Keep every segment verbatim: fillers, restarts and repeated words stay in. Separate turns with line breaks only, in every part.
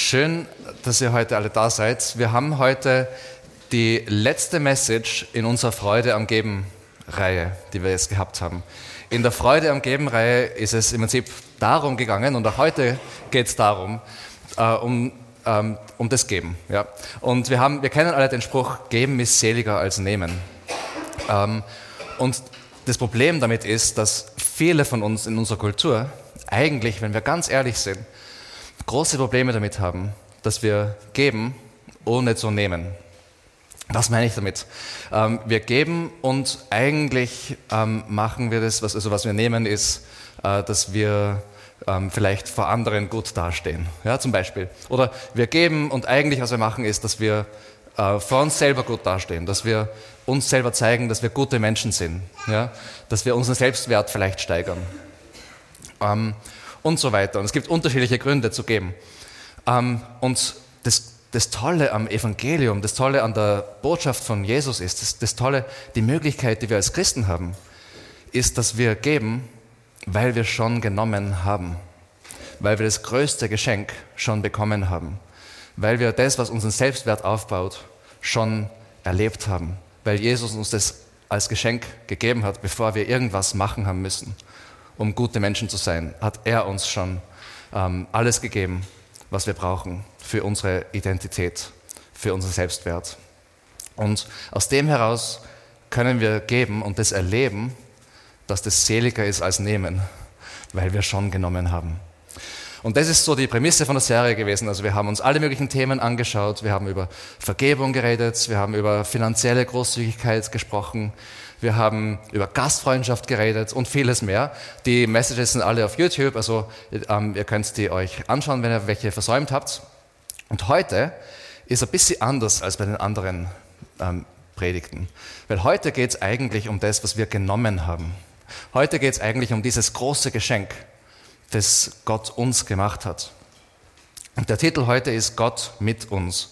Schön, dass ihr heute alle da seid. Wir haben heute die letzte Message in unserer Freude am Geben-Reihe, die wir jetzt gehabt haben. In der Freude am Geben-Reihe ist es im Prinzip darum gegangen, und auch heute geht es darum, äh, um, ähm, um das Geben. Ja. Und wir, haben, wir kennen alle den Spruch, Geben ist seliger als Nehmen. Ähm, und das Problem damit ist, dass viele von uns in unserer Kultur eigentlich, wenn wir ganz ehrlich sind, große Probleme damit haben, dass wir geben, ohne zu nehmen. Was meine ich damit? Ähm, wir geben und eigentlich ähm, machen wir das, was, also was wir nehmen, ist, äh, dass wir ähm, vielleicht vor anderen gut dastehen. Ja, zum Beispiel. Oder wir geben und eigentlich, was wir machen, ist, dass wir äh, vor uns selber gut dastehen, dass wir uns selber zeigen, dass wir gute Menschen sind, ja? Dass wir unseren Selbstwert vielleicht steigern. Ähm, und so weiter. Und es gibt unterschiedliche Gründe zu geben. Ähm, und das, das Tolle am Evangelium, das Tolle an der Botschaft von Jesus ist, das, das Tolle, die Möglichkeit, die wir als Christen haben, ist, dass wir geben, weil wir schon genommen haben. Weil wir das größte Geschenk schon bekommen haben. Weil wir das, was unseren Selbstwert aufbaut, schon erlebt haben. Weil Jesus uns das als Geschenk gegeben hat, bevor wir irgendwas machen haben müssen. Um gute Menschen zu sein, hat er uns schon ähm, alles gegeben, was wir brauchen für unsere Identität, für unseren Selbstwert. Und aus dem heraus können wir geben und das erleben, dass das seliger ist als nehmen, weil wir schon genommen haben. Und das ist so die Prämisse von der Serie gewesen. Also wir haben uns alle möglichen Themen angeschaut, wir haben über Vergebung geredet, wir haben über finanzielle Großzügigkeit gesprochen, wir haben über Gastfreundschaft geredet und vieles mehr. Die Messages sind alle auf YouTube, also ähm, ihr könnt die euch anschauen, wenn ihr welche versäumt habt. Und heute ist ein bisschen anders als bei den anderen ähm, Predigten. Weil heute geht es eigentlich um das, was wir genommen haben. Heute geht es eigentlich um dieses große Geschenk, das Gott uns gemacht hat. Und der Titel heute ist Gott mit uns.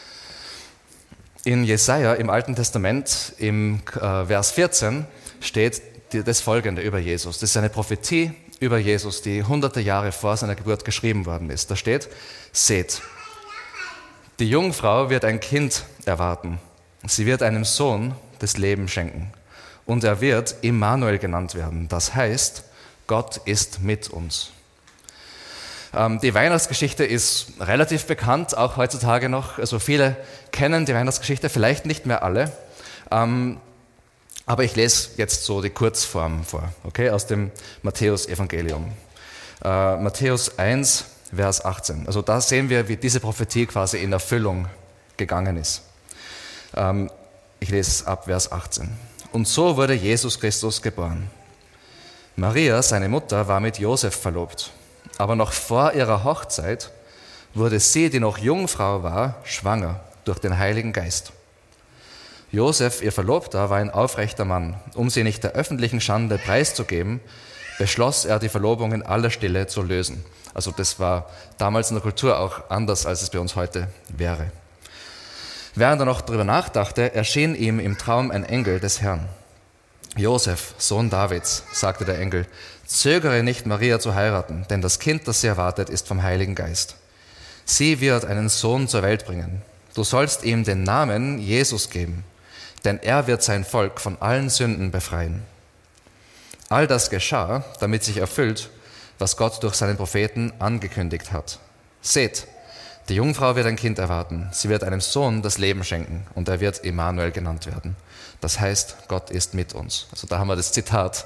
In Jesaja im Alten Testament, im äh, Vers vierzehn, steht das Folgende über Jesus. Das ist eine Prophetie über Jesus, die hunderte Jahre vor seiner Geburt geschrieben worden ist. Da steht, seht, die Jungfrau wird ein Kind erwarten. Sie wird einem Sohn das Leben schenken. Und er wird Immanuel genannt werden. Das heißt, Gott ist mit uns. Die Weihnachtsgeschichte ist relativ bekannt, auch heutzutage noch. Also viele kennen die Weihnachtsgeschichte, vielleicht nicht mehr alle. Aber ich lese jetzt so die Kurzform vor, okay, aus dem Matthäus-Evangelium. Matthäus eins, Vers achtzehn. Also da sehen wir, wie diese Prophetie quasi in Erfüllung gegangen ist. Ich lese ab Vers achtzehn. Und so wurde Jesus Christus geboren. Maria, seine Mutter, war mit Josef verlobt. Aber noch vor ihrer Hochzeit wurde sie, die noch Jungfrau war, schwanger durch den Heiligen Geist. Josef, ihr Verlobter, war ein aufrechter Mann. Um sie nicht der öffentlichen Schande preiszugeben, beschloss er, die Verlobung in aller Stille zu lösen. Also das war damals in der Kultur auch anders, als es bei uns heute wäre. Während er noch darüber nachdachte, erschien ihm im Traum ein Engel des Herrn. Josef, Sohn Davids, sagte der Engel, zögere nicht, Maria zu heiraten, denn das Kind, das sie erwartet, ist vom Heiligen Geist. Sie wird einen Sohn zur Welt bringen. Du sollst ihm den Namen Jesus geben, denn er wird sein Volk von allen Sünden befreien. All das geschah, damit sich erfüllt, was Gott durch seinen Propheten angekündigt hat. Seht, die Jungfrau wird ein Kind erwarten. Sie wird einem Sohn das Leben schenken und er wird Immanuel genannt werden. Das heißt, Gott ist mit uns. Also da haben wir das Zitat.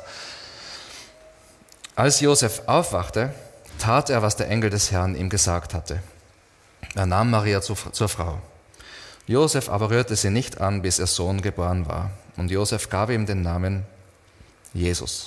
Als Josef aufwachte, tat er, was der Engel des Herrn ihm gesagt hatte. Er nahm Maria zu, zur Frau. Josef aber rührte sie nicht an, bis ihr Sohn geboren war. Und Josef gab ihm den Namen Jesus.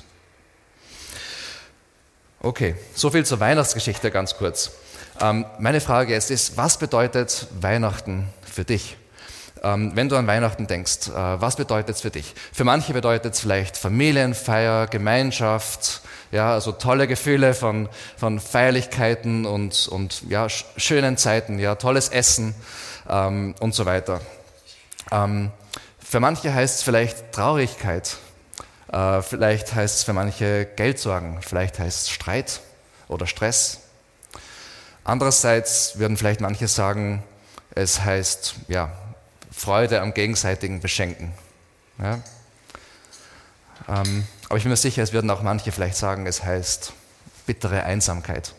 Okay, soviel zur Weihnachtsgeschichte ganz kurz. Ähm, meine Frage jetzt ist, was bedeutet Weihnachten für dich? Ähm, wenn du an Weihnachten denkst, äh, was bedeutet es für dich? Für manche bedeutet es vielleicht Familienfeier, Gemeinschaft, ja, also tolle Gefühle von, von Feierlichkeiten und, und ja, sch- schönen Zeiten, ja, tolles Essen ähm, und so weiter. Ähm, für manche heißt es vielleicht Traurigkeit, äh, vielleicht heißt es für manche Geldsorgen, vielleicht heißt es Streit oder Stress. Andererseits würden vielleicht manche sagen, es heißt ja, Freude am gegenseitigen Beschenken. Ja? Ähm, aber ich bin mir sicher, es würden auch manche vielleicht sagen, es heißt bittere Einsamkeit.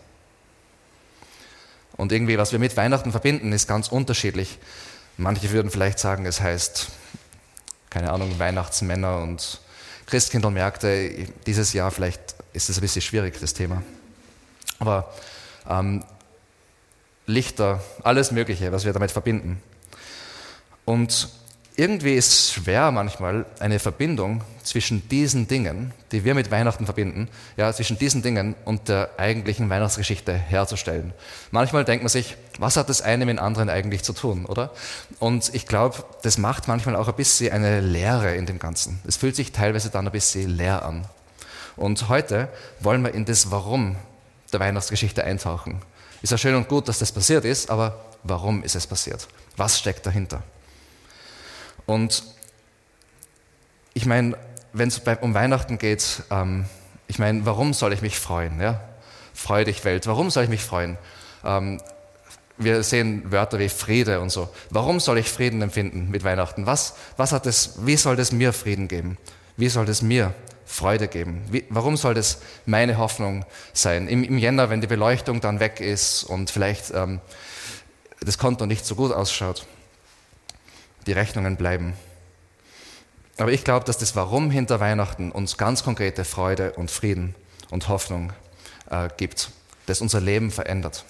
Und irgendwie, was wir mit Weihnachten verbinden, ist ganz unterschiedlich. Manche würden vielleicht sagen, es heißt, keine Ahnung, Weihnachtsmänner und Christkindlmärkte. Dieses Jahr vielleicht ist es ein bisschen schwierig, das Thema. Aber ähm, Lichter, alles Mögliche, was wir damit verbinden. Und irgendwie ist es schwer manchmal, eine Verbindung zwischen diesen Dingen, die wir mit Weihnachten verbinden, ja, zwischen diesen Dingen und der eigentlichen Weihnachtsgeschichte herzustellen. Manchmal denkt man sich, was hat das eine mit dem anderen eigentlich zu tun, oder? Und ich glaube, das macht manchmal auch ein bisschen eine Leere in dem Ganzen. Es fühlt sich teilweise dann ein bisschen leer an. Und heute wollen wir in das Warum der Weihnachtsgeschichte eintauchen. Ist ja schön und gut, dass das passiert ist, aber warum ist es passiert? Was steckt dahinter? Und ich meine, wenn es um Weihnachten geht, ähm, ich meine, warum soll ich mich freuen? Ja? Freu dich Welt, warum soll ich mich freuen? Ähm, wir sehen Wörter wie Friede und so. Warum soll ich Frieden empfinden mit Weihnachten? Was, was hat das, wie soll das mir Frieden geben? Wie soll das mir Freude geben? Wie, warum soll das meine Hoffnung sein? Im, im Jänner, wenn die Beleuchtung dann weg ist und vielleicht ähm, das Konto nicht so gut ausschaut, die Rechnungen bleiben. Aber ich glaube, dass das Warum hinter Weihnachten uns ganz konkrete Freude und Frieden und Hoffnung äh, gibt, das unser Leben verändert.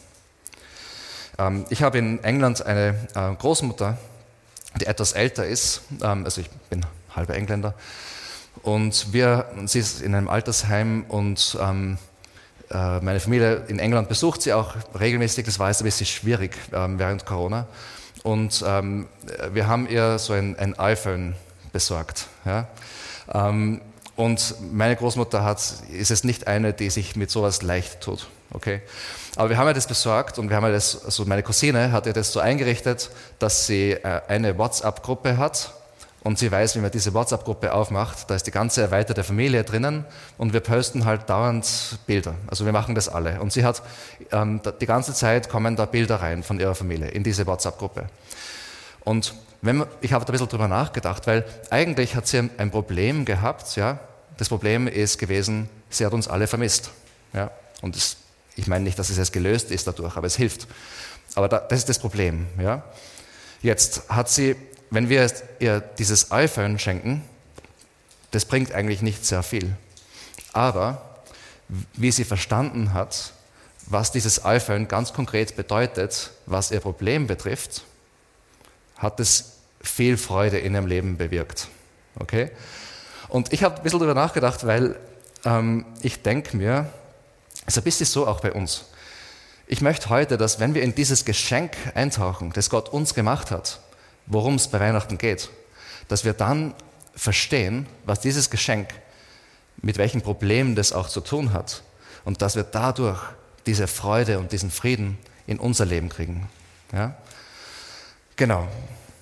Ähm, ich habe in England eine äh, Großmutter, die etwas älter ist, ähm, also ich bin halber Engländer, und wir, sie ist in einem Altersheim und ähm, äh, meine Familie in England besucht sie auch regelmäßig. Das war jetzt ein bisschen schwierig ähm, während Corona. Und ähm, wir haben ihr so ein, ein iPhone besorgt. Ja? Ähm, und meine Großmutter hat, ist es nicht eine, die sich mit sowas leicht tut. Okay? Aber wir haben ihr das besorgt und wir haben ihr das, also meine Cousine hat ihr das so eingerichtet, dass sie äh, eine WhatsApp-Gruppe hat. Und sie weiß, wie man diese WhatsApp-Gruppe aufmacht. Da ist die ganze erweiterte Familie drinnen und wir posten halt dauernd Bilder. Also wir machen das alle. Und sie hat, ähm, die ganze Zeit kommen da Bilder rein von ihrer Familie in diese WhatsApp-Gruppe. Und wenn man, ich habe da ein bisschen drüber nachgedacht, weil eigentlich hat sie ein Problem gehabt. Ja? Das Problem ist gewesen, sie hat uns alle vermisst. Ja? Und das, ich meine nicht, dass es jetzt gelöst ist dadurch, aber es hilft. Aber da, das ist das Problem. Ja? Jetzt hat sie... Wenn wir ihr dieses iPhone schenken, das bringt eigentlich nicht sehr viel. Aber wie sie verstanden hat, was dieses iPhone ganz konkret bedeutet, was ihr Problem betrifft, hat es viel Freude in ihrem Leben bewirkt. Okay? Und ich habe ein bisschen darüber nachgedacht, weil ähm, ich denke mir, es ist ein bisschen so auch bei uns. Ich möchte heute, dass wenn wir in dieses Geschenk eintauchen, das Gott uns gemacht hat, worum es bei Weihnachten geht, dass wir dann verstehen, was dieses Geschenk, mit welchen Problemen das auch zu tun hat und dass wir dadurch diese Freude und diesen Frieden in unser Leben kriegen. Ja? Genau.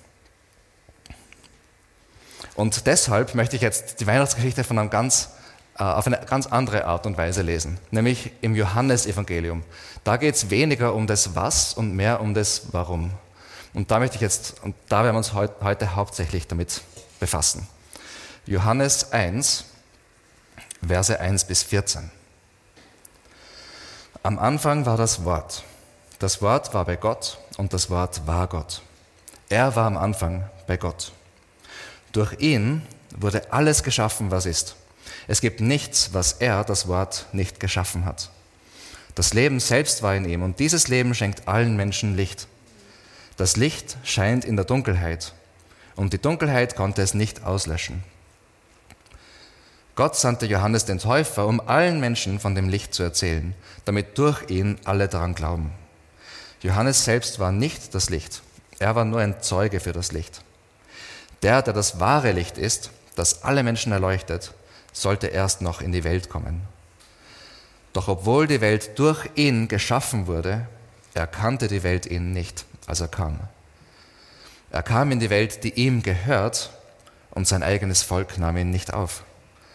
Und deshalb möchte ich jetzt die Weihnachtsgeschichte von einem ganz, äh, auf eine ganz andere Art und Weise lesen, nämlich im Johannesevangelium. Da geht es weniger um das Was und mehr um das Warum. Und da möchte ich jetzt, und da werden wir uns heute, heute hauptsächlich damit befassen. Johannes eins, Verse eins bis vierzehn. Am Anfang war das Wort. Das Wort war bei Gott und das Wort war Gott. Er war am Anfang bei Gott. Durch ihn wurde alles geschaffen, was ist. Es gibt nichts, was er, das Wort, nicht geschaffen hat. Das Leben selbst war in ihm und dieses Leben schenkt allen Menschen Licht. Das Licht scheint in der Dunkelheit und die Dunkelheit konnte es nicht auslöschen. Gott sandte Johannes den Täufer, um allen Menschen von dem Licht zu erzählen, damit durch ihn alle daran glauben. Johannes selbst war nicht das Licht, er war nur ein Zeuge für das Licht. Der, der das wahre Licht ist, das alle Menschen erleuchtet, sollte erst noch in die Welt kommen. Doch obwohl die Welt durch ihn geschaffen wurde, erkannte die Welt ihn nicht, als er kam. Er kam in die Welt, die ihm gehört, und sein eigenes Volk nahm ihn nicht auf.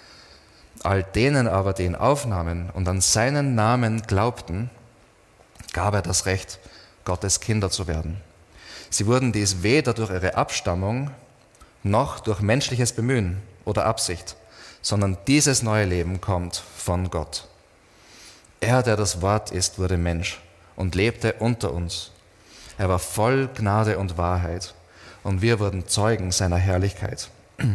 All denen aber, die ihn aufnahmen und an seinen Namen glaubten, gab er das Recht, Gottes Kinder zu werden. Sie wurden dies weder durch ihre Abstammung noch durch menschliches Bemühen oder Absicht, sondern dieses neue Leben kommt von Gott. Er, der das Wort ist, wurde Mensch und lebte unter uns. Er war voll Gnade und Wahrheit und wir wurden Zeugen seiner Herrlichkeit.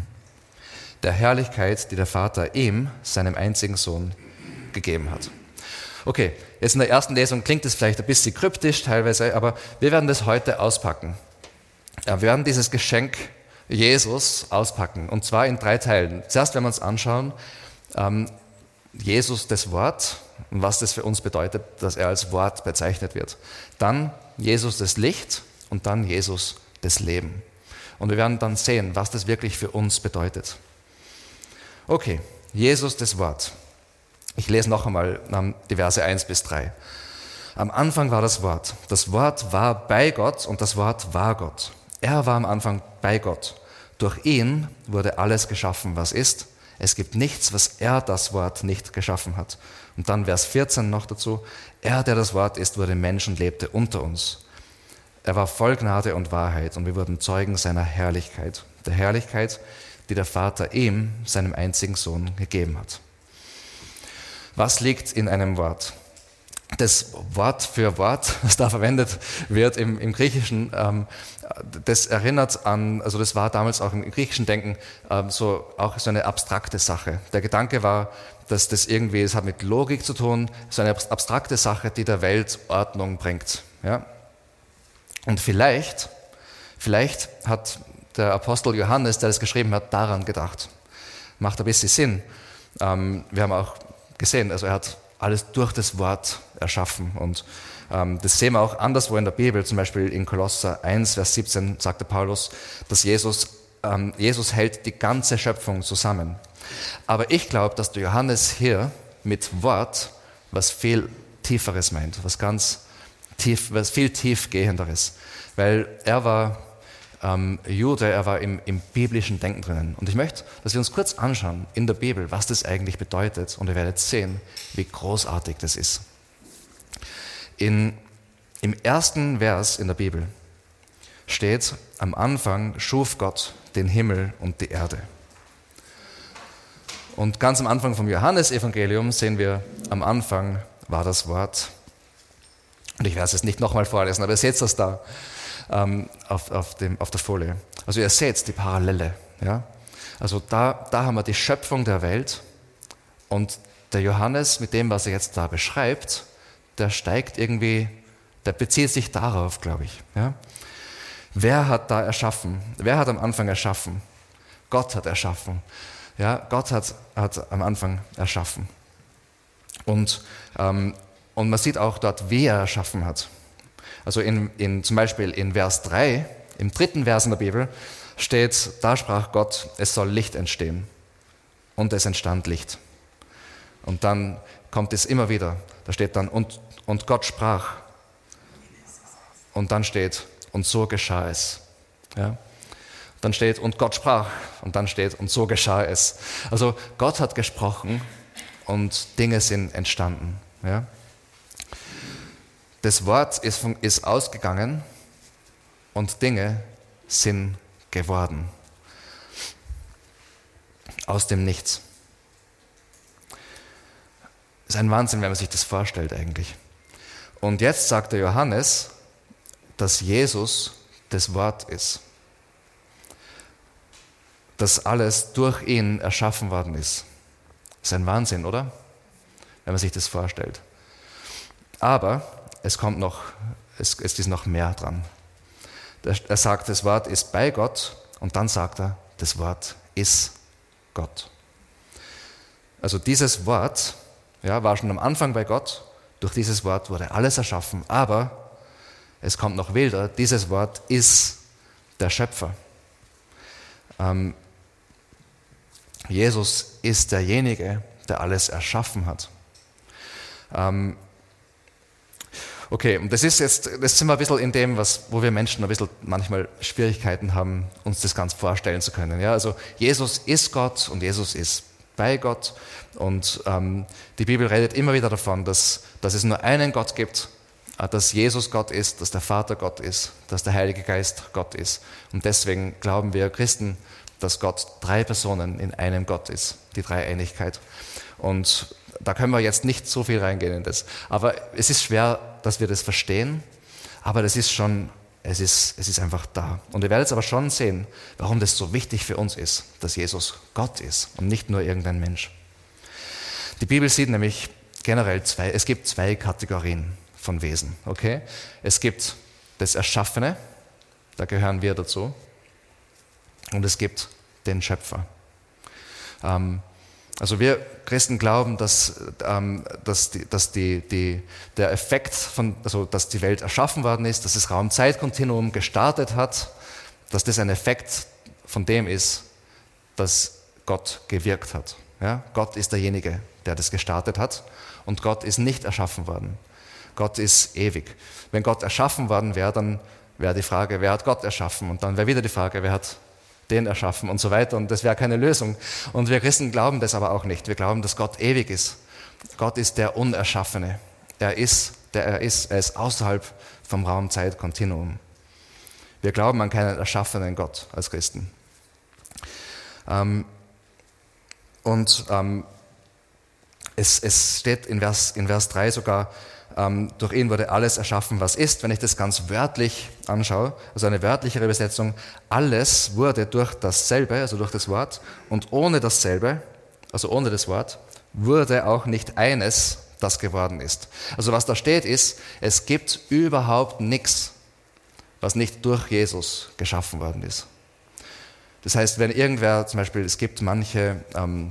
Der Herrlichkeit, die der Vater ihm, seinem einzigen Sohn, gegeben hat. Okay, jetzt in der ersten Lesung klingt es vielleicht ein bisschen kryptisch teilweise, aber wir werden das heute auspacken. Ja, wir werden dieses Geschenk Jesus auspacken, und zwar in drei Teilen. Zuerst werden wir uns anschauen, ähm, Jesus das Wort und was das für uns bedeutet, dass er als Wort bezeichnet wird. Dann Jesus das Licht und dann Jesus das Leben. Und wir werden dann sehen, was das wirklich für uns bedeutet. Okay, Jesus das Wort. Ich lese noch einmal die Verse eins bis drei. Am Anfang war das Wort. Das Wort war bei Gott und das Wort war Gott. Er war am Anfang bei Gott. Durch ihn wurde alles geschaffen, was ist. Es gibt nichts, was er, das Wort, nicht geschaffen hat. Und dann Vers vierzehn noch dazu. Er, der das Wort ist, wurde Mensch und lebte unter uns. Er war voll Gnade und Wahrheit und wir wurden Zeugen seiner Herrlichkeit. Der Herrlichkeit, die der Vater ihm, seinem einzigen Sohn, gegeben hat. Was liegt in einem Wort? Das Wort für Wort, das da verwendet wird im, im Griechischen, ähm, das erinnert an, also das war damals auch im griechischen Denken ähm, so auch so eine abstrakte Sache. Der Gedanke war, dass das irgendwie, es hat mit Logik zu tun, so eine abstrakte Sache, die der Welt Ordnung bringt. Ja? Und vielleicht, vielleicht hat der Apostel Johannes, der das geschrieben hat, daran gedacht. Macht ein bisschen Sinn. Ähm, wir haben auch gesehen, also er hat alles durch das Wort erschaffen. Und ähm, das sehen wir auch anderswo in der Bibel, zum Beispiel in Kolosser eins, Vers siebzehn, sagte Paulus, dass Jesus, ähm, Jesus hält die ganze Schöpfung zusammen. Aber ich glaube, dass der Johannes hier mit Wort was viel Tieferes meint, was ganz tief, was viel tiefgehenderes. Weil er war ähm, Jude, er war im, im biblischen Denken drinnen. Und ich möchte, dass wir uns kurz anschauen in der Bibel, was das eigentlich bedeutet. Und ihr werdet sehen, wie großartig das ist. In, Im ersten Vers in der Bibel steht, am Anfang schuf Gott den Himmel und die Erde. Und ganz am Anfang vom Johannesevangelium sehen wir, am Anfang war das Wort. Und ich werde es jetzt nicht nochmal vorlesen, aber ihr seht das da ähm, auf, auf, dem, auf der Folie. Also ihr seht die Parallele. Ja? Also da, da haben wir die Schöpfung der Welt und der Johannes mit dem, was er jetzt da beschreibt, der steigt irgendwie, der bezieht sich darauf, glaube ich. Ja? Wer hat da erschaffen? Wer hat am Anfang erschaffen? Gott hat erschaffen. Ja, Gott hat, hat am Anfang erschaffen. Und, ähm, und man sieht auch dort, wie er erschaffen hat. Also in, in, zum Beispiel in Vers drei, im dritten Vers in der Bibel, steht, da sprach Gott, es soll Licht entstehen. Und es entstand Licht. Und dann kommt es immer wieder, da steht dann, und, und Gott sprach. Und dann steht, und so geschah es. Ja? Dann steht, und Gott sprach, und dann steht, und so geschah es. Also Gott hat gesprochen und Dinge sind entstanden. Ja? Das Wort ist, ist ausgegangen und Dinge sind geworden. Aus dem Nichts. Das ist ein Wahnsinn, wenn man sich das vorstellt eigentlich. Und jetzt sagt der Johannes, dass Jesus das Wort ist. Dass alles durch ihn erschaffen worden ist. Das ist ein Wahnsinn, oder? Wenn man sich das vorstellt. Aber es kommt noch, es, es ist noch mehr dran. Er sagt, das Wort ist bei Gott und dann sagt er, das Wort ist Gott. Also dieses Wort ja, war schon am Anfang bei Gott. Durch dieses Wort wurde alles erschaffen. Aber es kommt noch wilder, dieses Wort ist der Schöpfer. Ähm, Jesus ist derjenige, der alles erschaffen hat. Ähm, okay, und das ist jetzt, das sind wir ein bisschen in dem, was, wo wir Menschen ein bisschen manchmal Schwierigkeiten haben, uns das ganz vorstellen zu können. Ja, also Jesus ist Gott und Jesus ist bei Gott. Und ähm, die Bibel redet immer wieder davon, dass, dass es nur einen Gott gibt dass Jesus Gott ist, dass der Vater Gott ist, dass der Heilige Geist Gott ist. Und deswegen glauben wir Christen, dass Gott drei Personen in einem Gott ist, die Dreieinigkeit. Und da können wir jetzt nicht so viel reingehen in das. Aber es ist schwer, dass wir das verstehen, aber das ist schon, es ist, es ist einfach da. Und ihr werdet jetzt aber schon sehen, warum das so wichtig für uns ist, dass Jesus Gott ist und nicht nur irgendein Mensch. Die Bibel sieht nämlich generell zwei, es gibt zwei Kategorien von Wesen, okay? Es gibt das Erschaffene, da gehören wir dazu, und es gibt den Schöpfer. Ähm, also wir Christen glauben, dass, ähm, dass, die, dass die, die, der Effekt, von, also dass die Welt erschaffen worden ist, dass das Raum-Zeit-Kontinuum gestartet hat, dass das ein Effekt von dem ist, dass Gott gewirkt hat. Ja? Gott ist derjenige, der das gestartet hat, und Gott ist nicht erschaffen worden. Gott ist ewig. Wenn Gott erschaffen worden wäre, dann wäre die Frage, wer hat Gott erschaffen? Und dann wäre wieder die Frage, wer hat den erschaffen und so weiter. Und das wäre keine Lösung. Und wir Christen glauben das aber auch nicht. Wir glauben, dass Gott ewig ist. Gott ist der Unerschaffene. Er ist, der er ist. Er ist außerhalb vom Raum-Zeit-Kontinuum. Wir glauben an keinen erschaffenen Gott als Christen. Ähm, und ähm, es, es steht in Vers, in Vers drei sogar, Ähm, durch ihn wurde alles erschaffen, was ist. Wenn ich das ganz wörtlich anschaue, also eine wörtlichere Übersetzung, alles wurde durch dasselbe, also durch das Wort, und ohne dasselbe, also ohne das Wort, wurde auch nicht eines, das geworden ist. Also was da steht ist, es gibt überhaupt nichts, was nicht durch Jesus geschaffen worden ist. Das heißt, wenn irgendwer, zum Beispiel, es gibt manche ähm,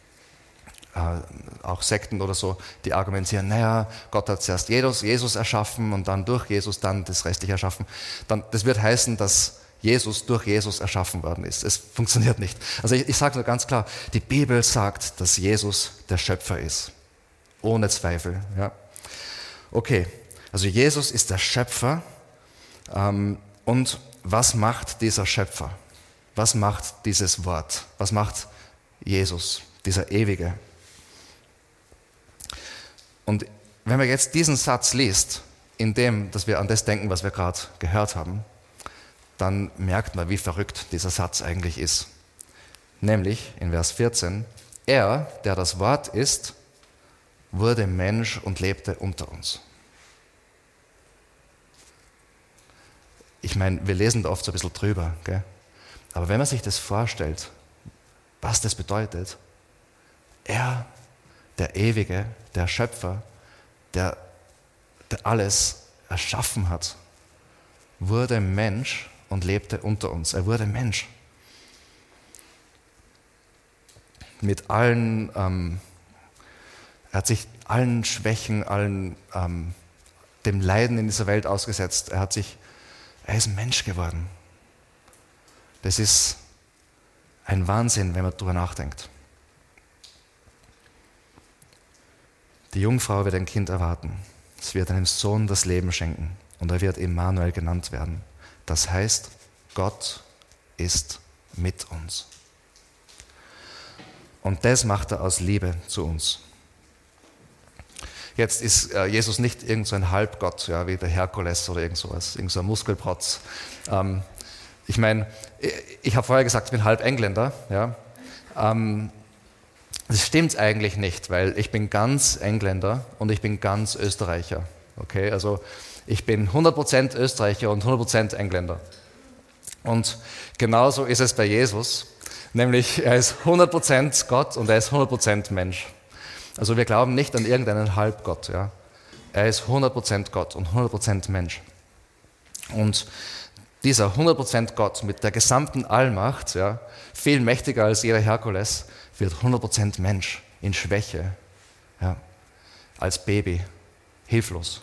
auch Sekten oder so, die argumentieren, naja, Gott hat zuerst Jesus, Jesus erschaffen und dann durch Jesus dann das Restliche erschaffen. Dann, das wird heißen, dass Jesus durch Jesus erschaffen worden ist. Es funktioniert nicht. Also ich, ich sage nur ganz klar, die Bibel sagt, dass Jesus der Schöpfer ist. Ohne Zweifel. Ja. Okay, also Jesus ist der Schöpfer. Ähm, und was macht dieser Schöpfer? Was macht dieses Wort? Was macht Jesus, dieser Ewige? Und wenn man jetzt diesen Satz liest, in dem, dass wir an das denken, was wir gerade gehört haben, dann merkt man, wie verrückt dieser Satz eigentlich ist. Nämlich in Vers vierzehn, er, der das Wort ist, wurde Mensch und lebte unter uns. Ich meine, wir lesen da oft so ein bisschen drüber, gell? Aber wenn man sich das vorstellt, was das bedeutet, er, der Ewige, der Schöpfer, der, der alles erschaffen hat, wurde Mensch und lebte unter uns. Er wurde Mensch. Mit allen, ähm, er hat sich allen Schwächen, allen, ähm, dem Leiden in dieser Welt ausgesetzt. Er hat sich, er ist Mensch geworden. Das ist ein Wahnsinn, wenn man darüber nachdenkt. Die Jungfrau wird ein Kind erwarten. Es wird einem Sohn das Leben schenken und er wird Immanuel genannt werden. Das heißt, Gott ist mit uns. Und das macht er aus Liebe zu uns. Jetzt ist äh, Jesus nicht irgend so ein Halbgott, ja, wie der Herkules oder irgend sowas, irgend so ein Muskelprotz. Ähm, ich meine, ich, ich habe vorher gesagt, ich bin halb Engländer. Ja. Ähm, Das stimmt eigentlich nicht, weil ich bin ganz Engländer und ich bin ganz Österreicher. Okay, also ich bin hundert Prozent Österreicher und hundert Prozent Engländer. Und genauso ist es bei Jesus, nämlich er ist hundert Prozent Gott und er ist hundert Prozent Mensch. Also wir glauben nicht an irgendeinen Halbgott. Ja. Er ist hundert Prozent Gott und hundert Prozent Mensch. Und dieser hundert Prozent Gott mit der gesamten Allmacht, ja, viel mächtiger als jeder Herkules, wird hundert Prozent Mensch in Schwäche, ja, als Baby, hilflos.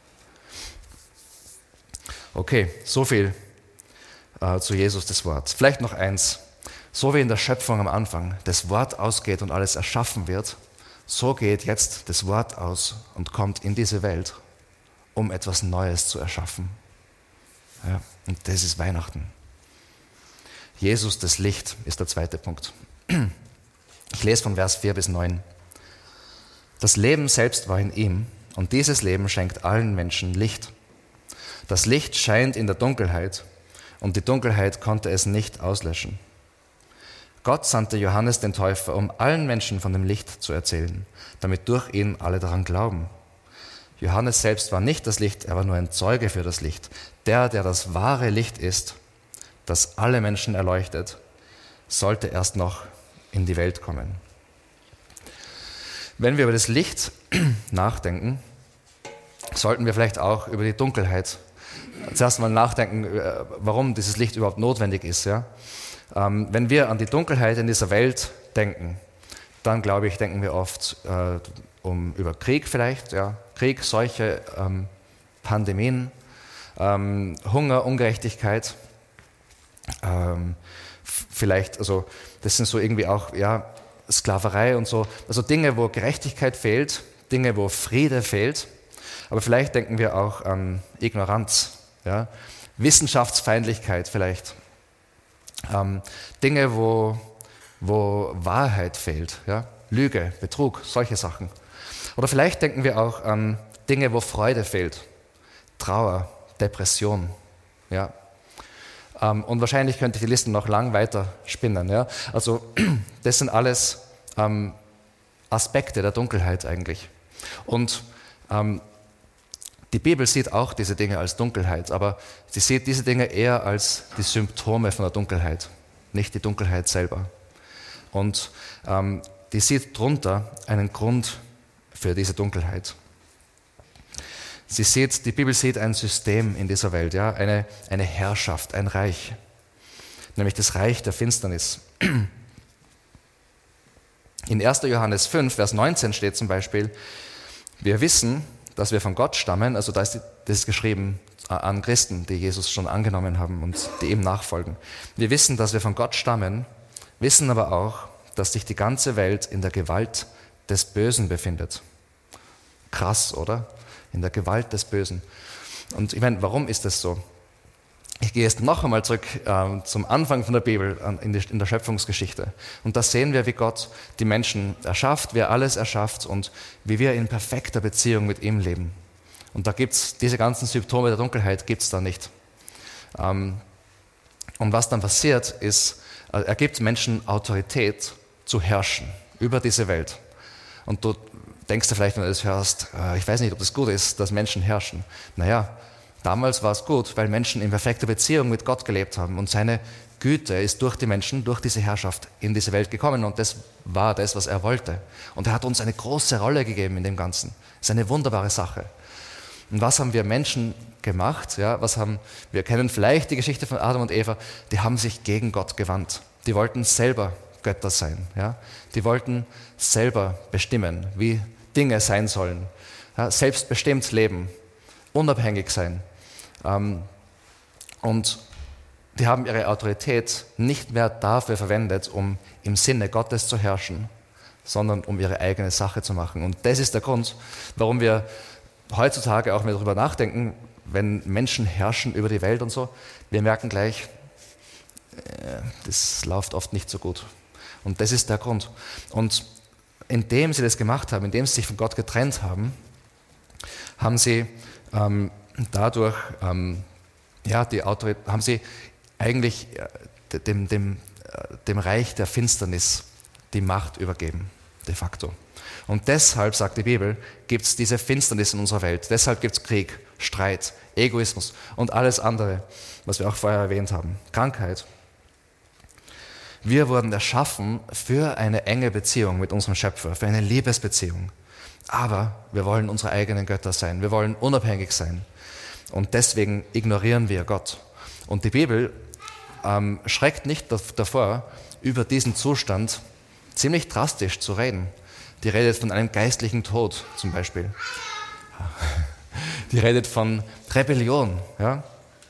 Okay, so viel äh, zu Jesus, das Wort. Vielleicht noch eins. So wie in der Schöpfung am Anfang das Wort ausgeht und alles erschaffen wird, so geht jetzt das Wort aus und kommt in diese Welt, um etwas Neues zu erschaffen. Ja, und das ist Weihnachten. Jesus, das Licht, ist der zweite Punkt. Ich lese von Vers vier bis neun. Das Leben selbst war in ihm und dieses Leben schenkt allen Menschen Licht. Das Licht scheint in der Dunkelheit und die Dunkelheit konnte es nicht auslöschen. Gott sandte Johannes den Täufer, um allen Menschen von dem Licht zu erzählen, damit durch ihn alle daran glauben. Johannes selbst war nicht das Licht, er war nur ein Zeuge für das Licht. Der, der das wahre Licht ist, das alle Menschen erleuchtet, sollte erst noch in die Welt kommen. Wenn wir über das Licht nachdenken, sollten wir vielleicht auch über die Dunkelheit zuerst mal nachdenken, warum dieses Licht überhaupt notwendig ist. Ja? Ähm, wenn wir an die Dunkelheit in dieser Welt denken, dann glaube ich, denken wir oft äh, um, über Krieg vielleicht, ja? Krieg, Seuche, ähm, Pandemien, ähm, Hunger, Ungerechtigkeit, ähm, f- vielleicht, also das sind so irgendwie auch, ja, Sklaverei und so, also Dinge, wo Gerechtigkeit fehlt, Dinge, wo Friede fehlt, aber vielleicht denken wir auch an Ignoranz, ja? Wissenschaftsfeindlichkeit vielleicht, ähm, Dinge, wo, wo Wahrheit fehlt, ja? Lüge, Betrug, solche Sachen. Oder vielleicht denken wir auch an Dinge, wo Freude fehlt, Trauer, Depression, ja? Ähm, und wahrscheinlich könnte ich die Liste noch lang weiter spinnen. Ja? Also das sind alles ähm, Aspekte der Dunkelheit eigentlich. Und ähm, die Bibel sieht auch diese Dinge als Dunkelheit, aber sie sieht diese Dinge eher als die Symptome von der Dunkelheit, nicht die Dunkelheit selber. Und ähm, die sieht drunter einen Grund für diese Dunkelheit. Sie sieht, die Bibel sieht ein System in dieser Welt, ja, eine, eine Herrschaft, ein Reich, nämlich das Reich der Finsternis. In erster Johannes fünf, Vers neunzehn steht zum Beispiel, wir wissen, dass wir von Gott stammen, also da ist das ist geschrieben an Christen, die Jesus schon angenommen haben und die ihm nachfolgen. Wir wissen, dass wir von Gott stammen, wissen aber auch, dass sich die ganze Welt in der Gewalt des Bösen befindet. Krass, oder? In der Gewalt des Bösen. Und ich meine, warum ist das so? Ich gehe jetzt noch einmal zurück äh, zum Anfang von der Bibel, äh, in, die, in der Schöpfungsgeschichte. Und da sehen wir, wie Gott die Menschen erschafft, wie er alles erschafft und wie wir in perfekter Beziehung mit ihm leben. Und da gibt es diese ganzen Symptome der Dunkelheit, gibt es da nicht. Ähm, und was dann passiert, ist, äh, er gibt Menschen Autorität zu herrschen über diese Welt. Und du denkst du vielleicht, wenn du das hörst, äh, ich weiß nicht, ob das gut ist, dass Menschen herrschen. Naja, damals war es gut, weil Menschen in perfekter Beziehung mit Gott gelebt haben und seine Güte ist durch die Menschen, durch diese Herrschaft in diese Welt gekommen und das war das, was er wollte. Und er hat uns eine große Rolle gegeben in dem Ganzen. Das ist eine wunderbare Sache. Und was haben wir Menschen gemacht? Ja, was haben, wir kennen vielleicht die Geschichte von Adam und Eva, die haben sich gegen Gott gewandt. Die wollten selber Götter sein. Ja? Die wollten selber bestimmen, wie Dinge sein sollen. Ja? Selbstbestimmt leben, unabhängig sein. Ähm, und die haben ihre Autorität nicht mehr dafür verwendet, um im Sinne Gottes zu herrschen, sondern um ihre eigene Sache zu machen. Und das ist der Grund, warum wir heutzutage auch mehr darüber nachdenken, wenn Menschen herrschen über die Welt und so, wir merken gleich, äh, das läuft oft nicht so gut. Und das ist der Grund. Und indem sie das gemacht haben, indem sie sich von Gott getrennt haben, haben sie ähm, dadurch ähm, ja, die Autorität, haben sie eigentlich äh, dem, dem, äh, dem Reich der Finsternis die Macht übergeben, de facto. Und deshalb, sagt die Bibel, gibt es diese Finsternis in unserer Welt. Deshalb gibt es Krieg, Streit, Egoismus und alles andere, was wir auch vorher erwähnt haben. Krankheit. Wir wurden erschaffen für eine enge Beziehung mit unserem Schöpfer, für eine Liebesbeziehung. Aber wir wollen unsere eigenen Götter sein. Wir wollen unabhängig sein. Und deswegen ignorieren wir Gott. Und die Bibel ähm, schreckt nicht davor, über diesen Zustand ziemlich drastisch zu reden. Die redet von einem geistlichen Tod zum Beispiel. Die redet von Rebellion. Ja?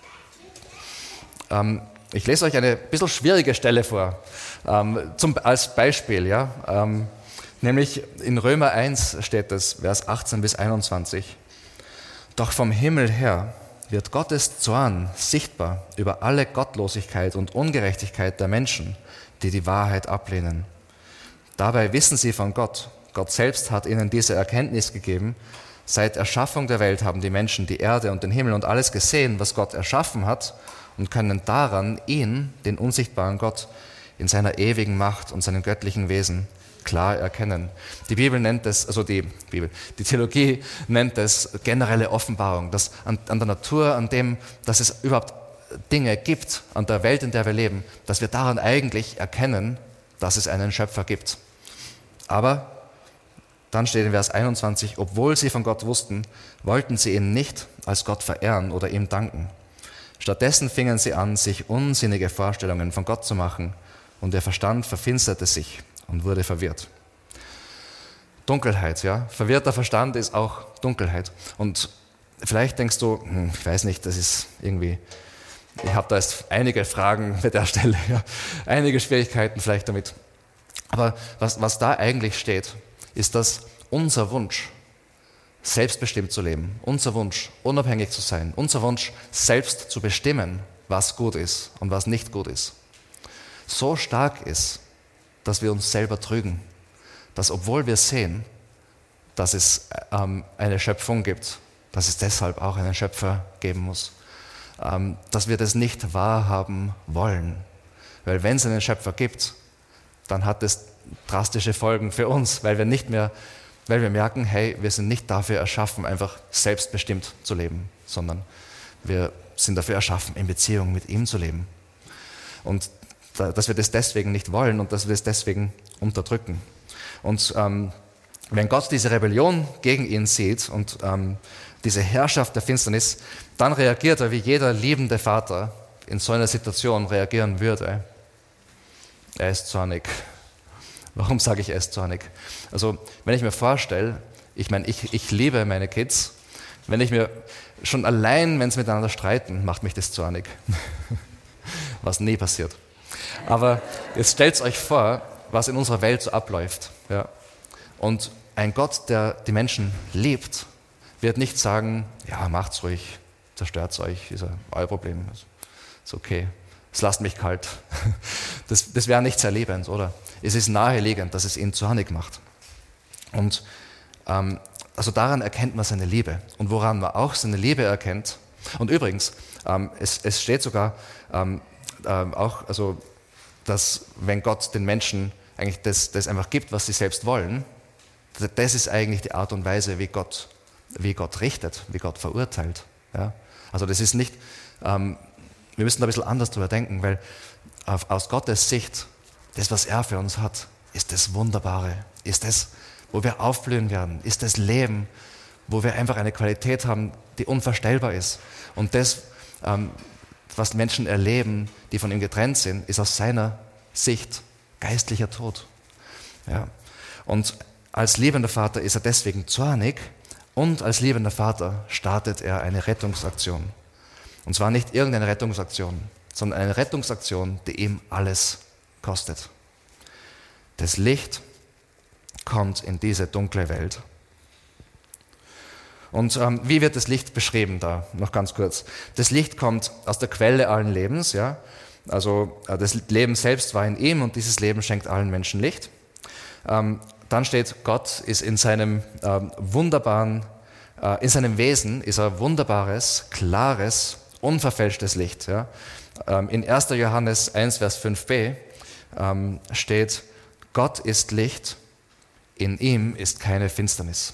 Ähm, ich lese euch eine bisschen schwierige Stelle vor, ähm, zum, als Beispiel. Ja? Ähm, nämlich in Römer eins steht das, Vers achtzehn bis einundzwanzig. Doch vom Himmel her wird Gottes Zorn sichtbar über alle Gottlosigkeit und Ungerechtigkeit der Menschen, die die Wahrheit ablehnen. Dabei wissen sie von Gott. Gott selbst hat ihnen diese Erkenntnis gegeben. Seit Erschaffung der Welt haben die Menschen die Erde und den Himmel und alles gesehen, was Gott erschaffen hat, und können daran ihn, den unsichtbaren Gott, in seiner ewigen Macht und seinem göttlichen Wesen klar erkennen. Die Bibel nennt es, also die Bibel, die Theologie nennt es generelle Offenbarung, dass an, an der Natur, an dem, dass es überhaupt Dinge gibt, an der Welt, in der wir leben, dass wir daran eigentlich erkennen, dass es einen Schöpfer gibt. Aber dann steht in Vers einundzwanzig, obwohl sie von Gott wussten, wollten sie ihn nicht als Gott verehren oder ihm danken. Stattdessen fingen sie an, sich unsinnige Vorstellungen von Gott zu machen, und ihr Verstand verfinsterte sich und wurde verwirrt. Dunkelheit, ja. Verwirrter Verstand ist auch Dunkelheit. Und vielleicht denkst du, hm, ich weiß nicht, das ist irgendwie, ich habe da jetzt einige Fragen mit der Stelle, ja. Einige Schwierigkeiten vielleicht damit. Aber was, was da eigentlich steht, ist, dass unser Wunsch, selbstbestimmt zu leben, unser Wunsch, unabhängig zu sein, unser Wunsch, selbst zu bestimmen, was gut ist und was nicht gut ist, so stark ist, dass wir uns selber trügen. Dass obwohl wir sehen, dass es ähm, eine Schöpfung gibt, dass es deshalb auch einen Schöpfer geben muss, ähm, dass wir das nicht wahrhaben wollen. Weil wenn es einen Schöpfer gibt, dann hat es drastische Folgen für uns, weil wir nicht mehr, weil wir merken, hey, wir sind nicht dafür erschaffen, einfach selbstbestimmt zu leben, sondern wir sind dafür erschaffen, in Beziehung mit ihm zu leben. Und da, dass wir das deswegen nicht wollen und dass wir es deswegen unterdrücken. Und ähm, wenn Gott diese Rebellion gegen ihn sieht und ähm, diese Herrschaft der Finsternis, dann reagiert er, wie jeder liebende Vater in so einer Situation reagieren würde. Er ist zornig. Warum sage ich, er ist zornig? Also, wenn ich mir vorstelle, ich meine, ich, ich liebe meine Kids, wenn ich mir schon allein, wenn sie miteinander streiten, macht mich das zornig. Was nie passiert. Aber jetzt stellt euch vor, was in unserer Welt so abläuft. Ja. Und ein Gott, der die Menschen liebt, wird nicht sagen, ja, macht's ruhig, zerstört's euch, ist ja euer Problem, ist okay, es lasst mich kalt. Das, das wäre nicht sehr lebend, oder? Es ist naheliegend, dass es ihn zornig macht. Und ähm, also daran erkennt man seine Liebe. Und woran man auch seine Liebe erkennt, und übrigens, ähm, es, es steht sogar ähm, ähm, auch, also, dass wenn Gott den Menschen eigentlich das, das einfach gibt, was sie selbst wollen, das ist eigentlich die Art und Weise, wie Gott, wie Gott richtet, wie Gott verurteilt. Ja? Also das ist nicht, ähm, wir müssen da ein bisschen anders drüber denken, weil auf, aus Gottes Sicht, das, was er für uns hat, ist das Wunderbare, ist das, wo wir aufblühen werden, ist das Leben, wo wir einfach eine Qualität haben, die unvorstellbar ist. Und das, ähm, was Menschen erleben, die von ihm getrennt sind, ist aus seiner Sicht geistlicher Tod. Ja. Und als liebender Vater ist er deswegen zornig, und als liebender Vater startet er eine Rettungsaktion. Und zwar nicht irgendeine Rettungsaktion, sondern eine Rettungsaktion, die ihm alles kostet. Das Licht kommt in diese dunkle Welt. Und ähm, wie wird das Licht beschrieben da? Noch ganz kurz. Das Licht kommt aus der Quelle allen Lebens. Ja? Also äh, das Leben selbst war in ihm und dieses Leben schenkt allen Menschen Licht. Ähm, dann steht, Gott ist in seinem ähm, wunderbaren, äh, in seinem Wesen ist er wunderbares, klares, unverfälschtes Licht. Ja? Ähm, in erster Johannes eins, Vers fünf b ähm, steht, Gott ist Licht, in ihm ist keine Finsternis.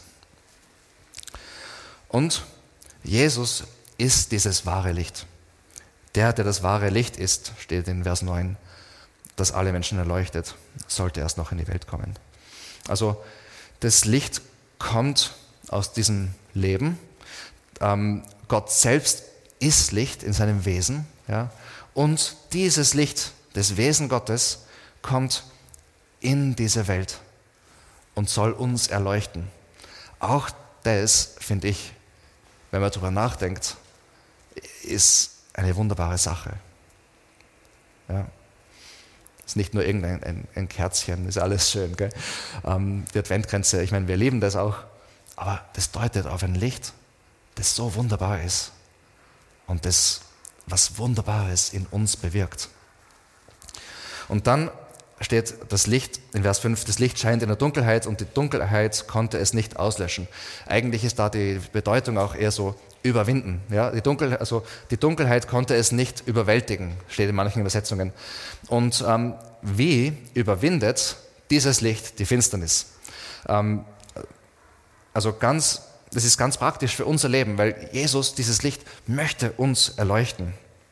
Und Jesus ist dieses wahre Licht. Der, der das wahre Licht ist, steht in Vers neun, das alle Menschen erleuchtet, sollte erst noch in die Welt kommen. Also das Licht kommt aus diesem Leben. Ähm, Gott selbst ist Licht in seinem Wesen. Ja? Und dieses Licht, das Wesen Gottes, kommt in diese Welt und soll uns erleuchten. Auch das, finde ich, wenn man darüber nachdenkt, ist eine wunderbare Sache. Ja. Ist nicht nur irgendein ein, ein Kerzchen, ist alles schön. Gell? Ähm, die Adventkränze, ich meine, wir lieben das auch, aber das deutet auf ein Licht, das so wunderbar ist und das was Wunderbares in uns bewirkt. Und dann steht das Licht, in Vers fünf, das Licht scheint in der Dunkelheit und die Dunkelheit konnte es nicht auslöschen. Eigentlich ist da die Bedeutung auch eher so überwinden. Ja? Die, Dunkel, also die Dunkelheit konnte es nicht überwältigen, steht in manchen Übersetzungen. Und ähm, wie überwindet dieses Licht die Finsternis? Ähm, also ganz, das ist ganz praktisch für unser Leben, weil Jesus, dieses Licht, möchte uns erleuchten.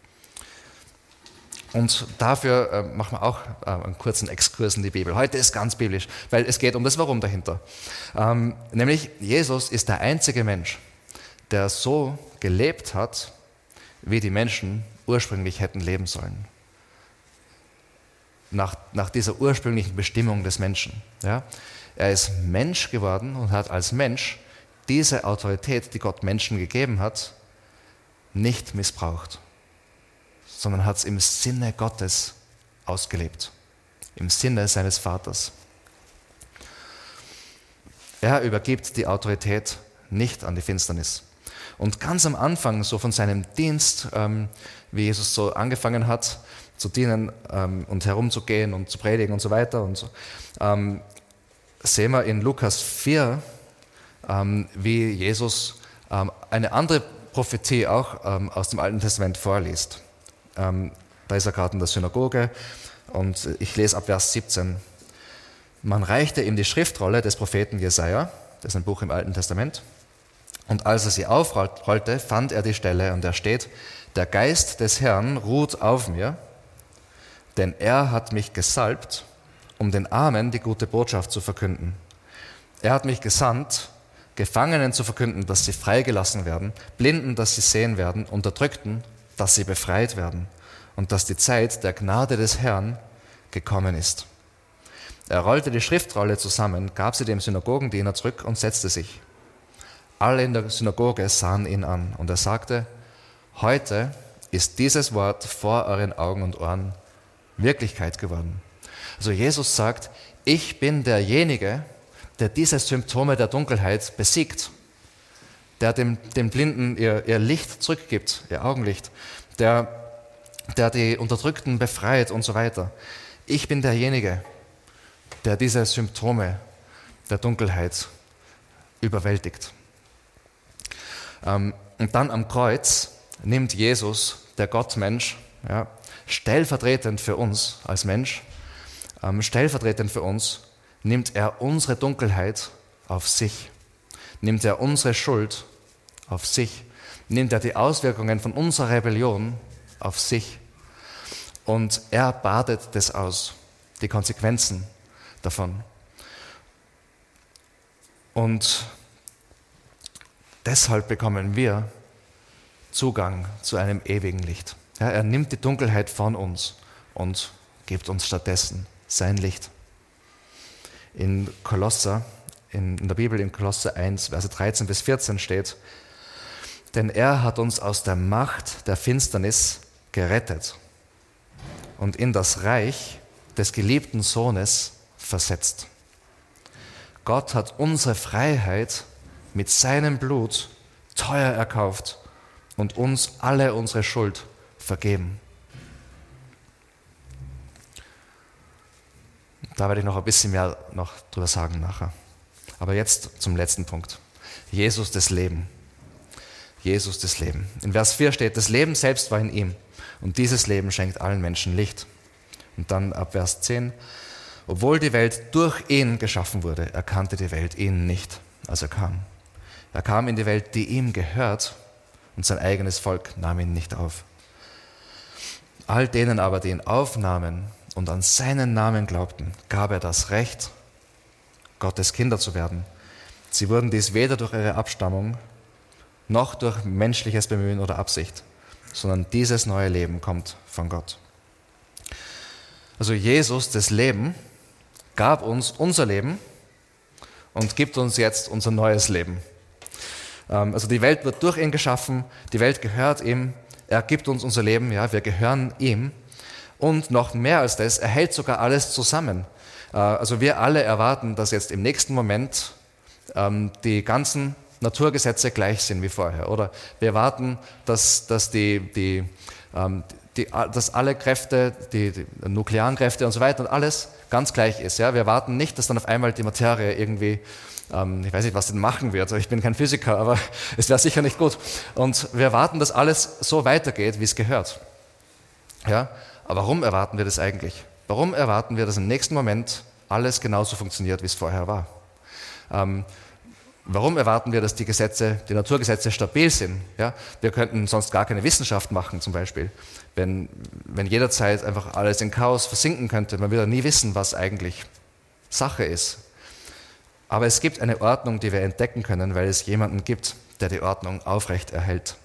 Und dafür äh, machen wir auch äh, einen kurzen Exkurs in die Bibel. Heute ist ganz biblisch, weil es geht um das Warum dahinter. Ähm, nämlich, Jesus ist der einzige Mensch, der so gelebt hat, wie die Menschen ursprünglich hätten leben sollen. Nach, nach dieser ursprünglichen Bestimmung des Menschen. Ja? Er ist Mensch geworden und hat als Mensch diese Autorität, die Gott Menschen gegeben hat, nicht missbraucht, sondern hat es im Sinne Gottes ausgelebt, im Sinne seines Vaters. Er übergibt die Autorität nicht an die Finsternis. Und ganz am Anfang so von seinem Dienst, ähm, wie Jesus so angefangen hat, zu dienen ähm, und herumzugehen und zu predigen und so weiter, und so, ähm, sehen wir in Lukas vier, ähm, wie Jesus ähm, eine andere Prophetie auch ähm, aus dem Alten Testament vorliest. Ähm, da ist er gerade in der Synagoge und ich lese ab Vers siebzehn. Man reichte ihm die Schriftrolle des Propheten Jesaja, das ist ein Buch im Alten Testament, und als er sie aufrollte, fand er die Stelle, und da steht: Der Geist des Herrn ruht auf mir, denn er hat mich gesalbt, um den Armen die gute Botschaft zu verkünden. Er hat mich gesandt, Gefangenen zu verkünden, dass sie freigelassen werden, Blinden, dass sie sehen werden, Unterdrückten, dass sie befreit werden und dass die Zeit der Gnade des Herrn gekommen ist. Er rollte die Schriftrolle zusammen, gab sie dem Synagogendiener zurück und setzte sich. Alle in der Synagoge sahen ihn an und er sagte: Heute ist dieses Wort vor euren Augen und Ohren Wirklichkeit geworden. Also Jesus sagt, ich bin derjenige, der diese Symptome der Dunkelheit besiegt, der dem, dem Blinden ihr, ihr Licht zurückgibt, ihr Augenlicht, der, der die Unterdrückten befreit und so weiter. Ich bin derjenige, der diese Symptome der Dunkelheit überwältigt. Und dann am Kreuz nimmt Jesus, der Gottmensch, ja, stellvertretend für uns als Mensch, ähm, stellvertretend für uns, nimmt er unsere Dunkelheit auf sich, nimmt er unsere Schuld auf sich, nimmt er die Auswirkungen von unserer Rebellion auf sich und er badet das aus, die Konsequenzen davon. Und deshalb bekommen wir Zugang zu einem ewigen Licht. Ja, er nimmt die Dunkelheit von uns und gibt uns stattdessen sein Licht. In Kolosser, in, in der Bibel in Kolosser eins, Verse dreizehn bis vierzehn steht: Denn er hat uns aus der Macht der Finsternis gerettet und in das Reich des geliebten Sohnes versetzt. Gott hat unsere Freiheit mit seinem Blut teuer erkauft und uns alle unsere Schuld vergeben. Da werde ich noch ein bisschen mehr noch drüber sagen nachher. Aber jetzt zum letzten Punkt. Jesus das Leben. Jesus das Leben. In Vers vier steht, das Leben selbst war in ihm und dieses Leben schenkt allen Menschen Licht. Und dann ab Vers zehn, obwohl die Welt durch ihn geschaffen wurde, erkannte die Welt ihn nicht, als er kam. Er kam in die Welt, die ihm gehört, und sein eigenes Volk nahm ihn nicht auf. All denen aber, die ihn aufnahmen und an seinen Namen glaubten, gab er das Recht, Gottes Kinder zu werden. Sie wurden dies weder durch ihre Abstammung noch durch menschliches Bemühen oder Absicht, sondern dieses neue Leben kommt von Gott. Also Jesus, das Leben, gab uns unser Leben und gibt uns jetzt unser neues Leben. Also die Welt wird durch ihn geschaffen, die Welt gehört ihm, er gibt uns unser Leben, ja, wir gehören ihm. Und noch mehr als das, er hält sogar alles zusammen. Also wir alle erwarten, dass jetzt im nächsten Moment die ganzen Naturgesetze gleich sind wie vorher. Oder wir erwarten, dass, dass die, die, die, dass alle Kräfte, die, die nuklearen Kräfte und so weiter und alles ganz gleich ist. Ja? Wir erwarten nicht, dass dann auf einmal die Materie irgendwie, ähm, ich weiß nicht, was denn machen wird, ich bin kein Physiker, aber es wäre sicher nicht gut. Und wir erwarten, dass alles so weitergeht, wie es gehört. Ja? Aber warum erwarten wir das eigentlich? Warum erwarten wir, dass im nächsten Moment alles genauso funktioniert, wie es vorher war? Ähm, Warum erwarten wir, dass die Gesetze, die Naturgesetze stabil sind? Ja, wir könnten sonst gar keine Wissenschaft machen, zum Beispiel. Wenn, wenn jederzeit einfach alles in Chaos versinken könnte, man würde nie wissen, was eigentlich Sache ist. Aber es gibt eine Ordnung, die wir entdecken können, weil es jemanden gibt, der die Ordnung aufrecht erhält.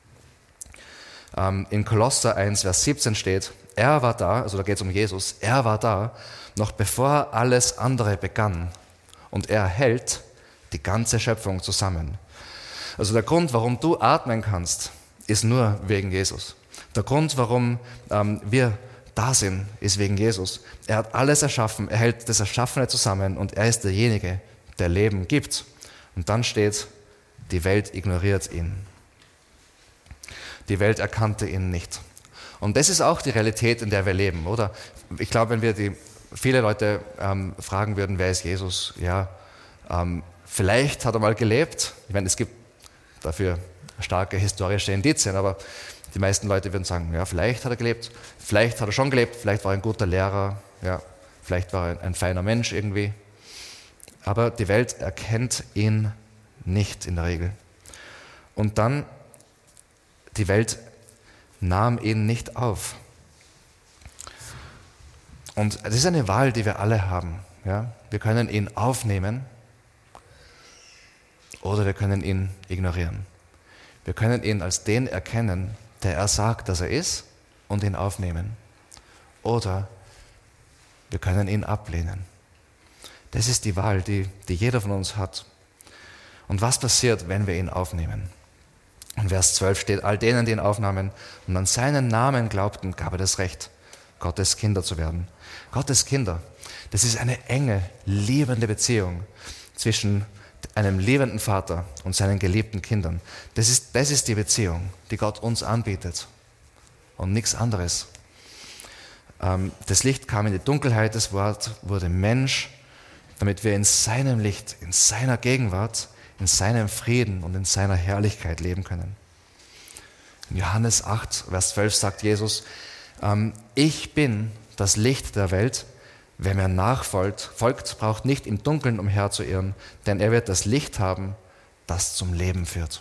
Ähm, in Kolosser eins, Vers siebzehn steht, er war da, also da geht es um Jesus, er war da, noch bevor alles andere begann. Und er hält die ganze Schöpfung zusammen. Also der Grund, warum du atmen kannst, ist nur wegen Jesus. Der Grund, warum ähm, wir da sind, ist wegen Jesus. Er hat alles erschaffen, er hält das Erschaffene zusammen und er ist derjenige, der Leben gibt. Und dann steht, die Welt ignoriert ihn. Die Welt erkannte ihn nicht. Und das ist auch die Realität, in der wir leben, oder? Ich glaube, wenn wir die, viele Leute ähm, fragen würden, wer ist Jesus? Ja, ähm, vielleicht hat er mal gelebt. Ich meine, es gibt dafür starke historische Indizien, aber die meisten Leute würden sagen, ja, vielleicht hat er gelebt, vielleicht hat er schon gelebt, vielleicht war er ein guter Lehrer, ja, vielleicht war er ein, ein feiner Mensch irgendwie. Aber die Welt erkennt ihn nicht in der Regel. Und dann, die Welt nahm ihn nicht auf. Und das ist eine Wahl, die wir alle haben. Ja? Wir können ihn aufnehmen, oder wir können ihn ignorieren. Wir können ihn als den erkennen, der er sagt, dass er ist, und ihn aufnehmen. Oder wir können ihn ablehnen. Das ist die Wahl, die, die jeder von uns hat. Und was passiert, wenn wir ihn aufnehmen? In Vers zwölf steht, all denen, die ihn aufnahmen und an seinen Namen glaubten, gab er das Recht, Gottes Kinder zu werden. Gottes Kinder, das ist eine enge, liebende Beziehung zwischen einem liebenden Vater und seinen geliebten Kindern. Das ist, das ist die Beziehung, die Gott uns anbietet und nichts anderes. Das Licht kam in die Dunkelheit, das Wort wurde Mensch, damit wir in seinem Licht, in seiner Gegenwart, in seinem Frieden und in seiner Herrlichkeit leben können. In Johannes acht, Vers zwölf sagt Jesus, ich bin das Licht der Welt. Wer mir nachfolgt, folgt, braucht nicht im Dunkeln umherzuirren, denn er wird das Licht haben, das zum Leben führt.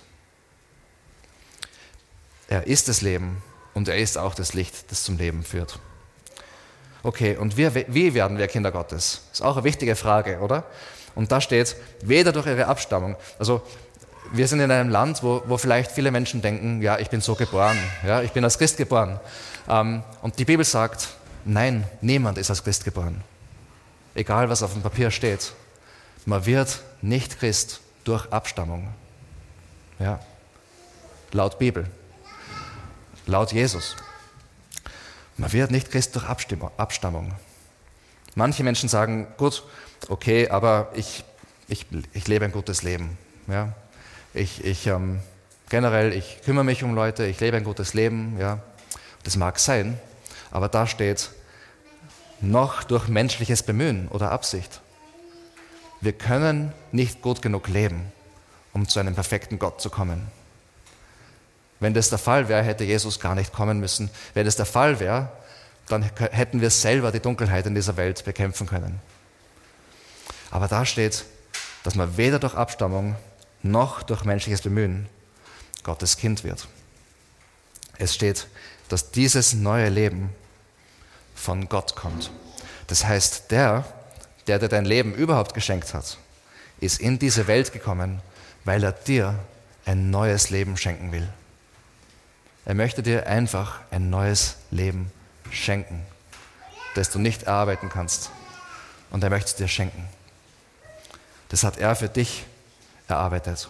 Er ist das Leben und er ist auch das Licht, das zum Leben führt. Okay, und wir, wie werden wir Kinder Gottes? Das ist auch eine wichtige Frage, oder? Und da steht, weder durch ihre Abstammung. Also wir sind in einem Land, wo, wo vielleicht viele Menschen denken, ja, ich bin so geboren, ja, ich bin als Christ geboren. Ähm, und die Bibel sagt, nein, niemand ist als Christ geboren. Egal, was auf dem Papier steht. Man wird nicht Christ durch Abstammung. Ja. Laut Bibel. Laut Jesus. Man wird nicht Christ durch Abstammung. Manche Menschen sagen, gut, okay, aber ich, ich, ich lebe ein gutes Leben. Ja. Ich, ich, ähm, generell, ich kümmere mich um Leute, ich lebe ein gutes Leben. Ja. Das mag sein, aber da steht, noch durch menschliches Bemühen oder Absicht. Wir können nicht gut genug leben, um zu einem perfekten Gott zu kommen. Wenn das der Fall wäre, hätte Jesus gar nicht kommen müssen. Wenn das der Fall wäre, dann hätten wir selber die Dunkelheit in dieser Welt bekämpfen können. Aber da steht, dass man weder durch Abstammung noch durch menschliches Bemühen Gottes Kind wird. Es steht, dass dieses neue Leben von Gott kommt. Das heißt, der, der dir dein Leben überhaupt geschenkt hat, ist in diese Welt gekommen, weil er dir ein neues Leben schenken will. Er möchte dir einfach ein neues Leben schenken, das du nicht erarbeiten kannst. Und er möchte es dir schenken. Das hat er für dich erarbeitet.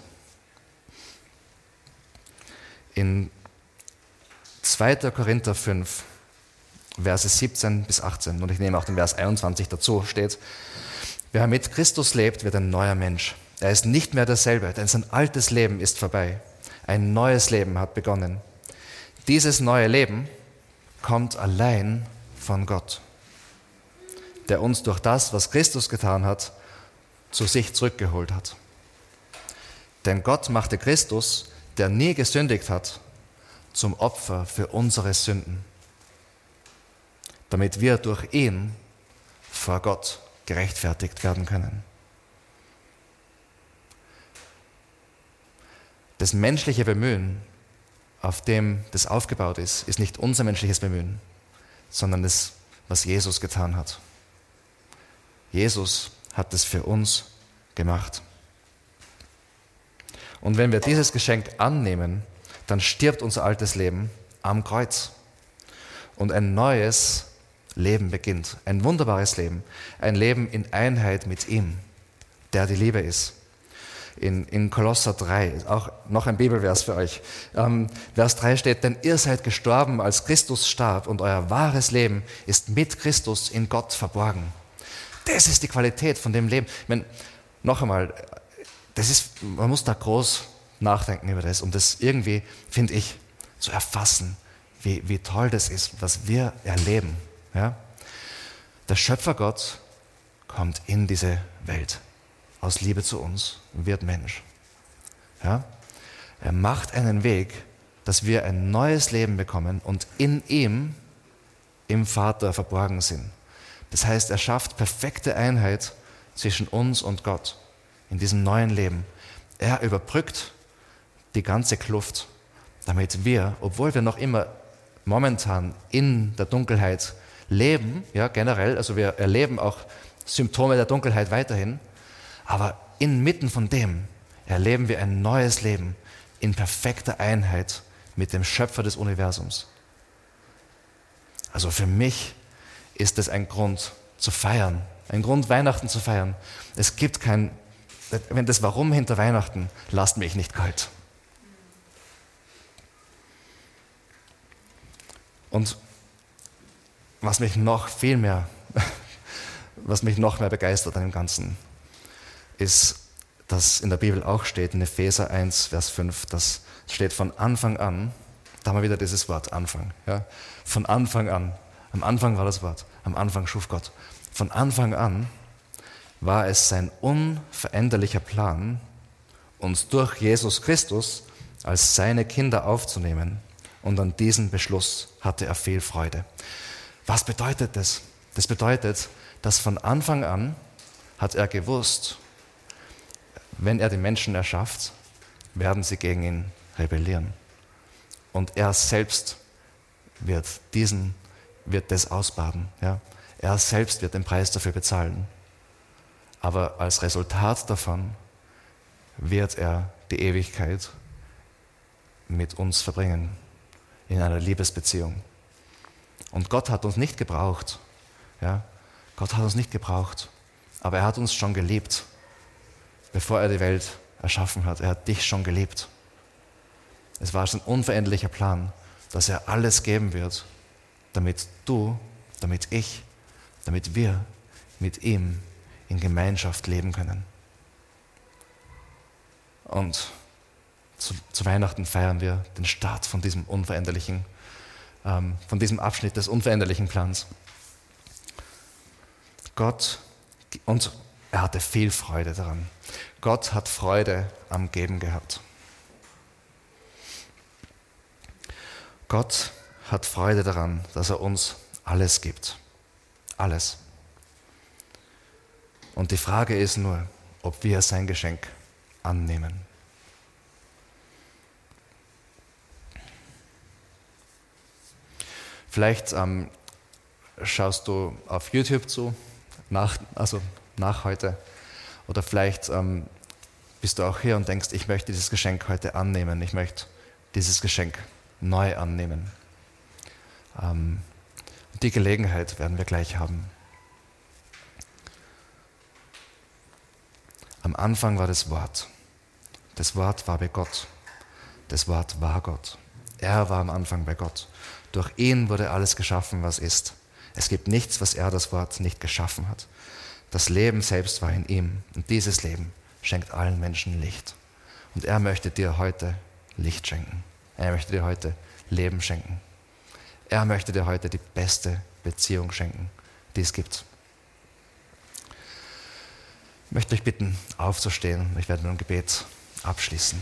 In zweiter Korinther fünf, Verse siebzehn bis achtzehn, und ich nehme auch den Vers einundzwanzig dazu, steht, wer mit Christus lebt, wird ein neuer Mensch. Er ist nicht mehr derselbe, denn sein altes Leben ist vorbei. Ein neues Leben hat begonnen. Dieses neue Leben kommt allein von Gott, der uns durch das, was Christus getan hat, zu sich zurückgeholt hat. Denn Gott machte Christus, der nie gesündigt hat, zum Opfer für unsere Sünden, damit wir durch ihn vor Gott gerechtfertigt werden können. Das menschliche Bemühen, auf dem das aufgebaut ist, ist nicht unser menschliches Bemühen, sondern das, was Jesus getan hat. Jesus hat es für uns gemacht. Und wenn wir dieses Geschenk annehmen, dann stirbt unser altes Leben am Kreuz. Und ein neues Leben beginnt. Ein wunderbares Leben. Ein Leben in Einheit mit ihm, der die Liebe ist. In, in Kolosser drei, auch noch ein Bibelvers für euch. Ähm, Vers drei steht, denn ihr seid gestorben, als Christus starb, und euer wahres Leben ist mit Christus in Gott verborgen. Das ist die Qualität von dem Leben. Ich meine, noch einmal, das ist, man muss da groß nachdenken über das, um das irgendwie, finde ich, zu erfassen, wie, wie toll das ist, was wir erleben. Ja? Der Schöpfergott kommt in diese Welt aus Liebe zu uns und wird Mensch. Ja? Er macht einen Weg, dass wir ein neues Leben bekommen und in ihm, im Vater, verborgen sind. Das heißt, er schafft perfekte Einheit zwischen uns und Gott in diesem neuen Leben. Er überbrückt die ganze Kluft, damit wir, obwohl wir noch immer momentan in der Dunkelheit leben, ja, generell, also wir erleben auch Symptome der Dunkelheit weiterhin, aber inmitten von dem erleben wir ein neues Leben in perfekter Einheit mit dem Schöpfer des Universums. Also für mich ist es ein Grund zu feiern, ein Grund, Weihnachten zu feiern. Es gibt kein, wenn das Warum hinter Weihnachten, lasst mich nicht kalt. Und was mich noch viel mehr, was mich noch mehr begeistert an dem Ganzen, ist, dass in der Bibel auch steht, in Epheser eins, Vers fünf, das steht von Anfang an, da haben wir wieder dieses Wort Anfang, ja, von Anfang an, am Anfang war das Wort, am Anfang schuf Gott. Von Anfang an war es sein unveränderlicher Plan, uns durch Jesus Christus als seine Kinder aufzunehmen, und an diesem Beschluss hatte er viel Freude. Was bedeutet das? Das bedeutet, dass von Anfang an hat er gewusst, wenn er die Menschen erschafft, werden sie gegen ihn rebellieren. Und er selbst wird diesen, wird das ausbaden. Ja? Er selbst wird den Preis dafür bezahlen. Aber als Resultat davon wird er die Ewigkeit mit uns verbringen, in einer Liebesbeziehung. Und Gott hat uns nicht gebraucht. Ja? Gott hat uns nicht gebraucht, aber er hat uns schon geliebt, bevor er die Welt erschaffen hat. Er hat dich schon geliebt. Es war sein unveränderlicher Plan, dass er alles geben wird, damit du, damit ich, damit wir mit ihm in Gemeinschaft leben können. Und zu, zu Weihnachten feiern wir den Start von diesem unveränderlichen, ähm, von diesem Abschnitt des unveränderlichen Plans. Gott, und er hatte viel Freude daran. Gott hat Freude am Geben gehabt. Gott hat Freude daran, dass er uns alles gibt. Alles. Und die Frage ist nur, ob wir sein Geschenk annehmen. Vielleicht ähm, schaust du auf YouTube zu, nach, also nach heute, oder vielleicht ähm, bist du auch hier und denkst, ich möchte dieses Geschenk heute annehmen, ich möchte dieses Geschenk neu annehmen. Ähm, die Gelegenheit werden wir gleich haben. Am Anfang war das Wort. Das Wort war bei Gott. Das Wort war Gott. Er war am Anfang bei Gott. Durch ihn wurde alles geschaffen, was ist. Es gibt nichts, was er, das Wort, nicht geschaffen hat. Das Leben selbst war in ihm. Und dieses Leben schenkt allen Menschen Licht. Und er möchte dir heute Licht schenken. Er möchte dir heute Leben schenken. Er möchte dir heute die beste Beziehung schenken, die es gibt. Ich möchte euch bitten, aufzustehen. Ich werde mit einem Gebet abschließen.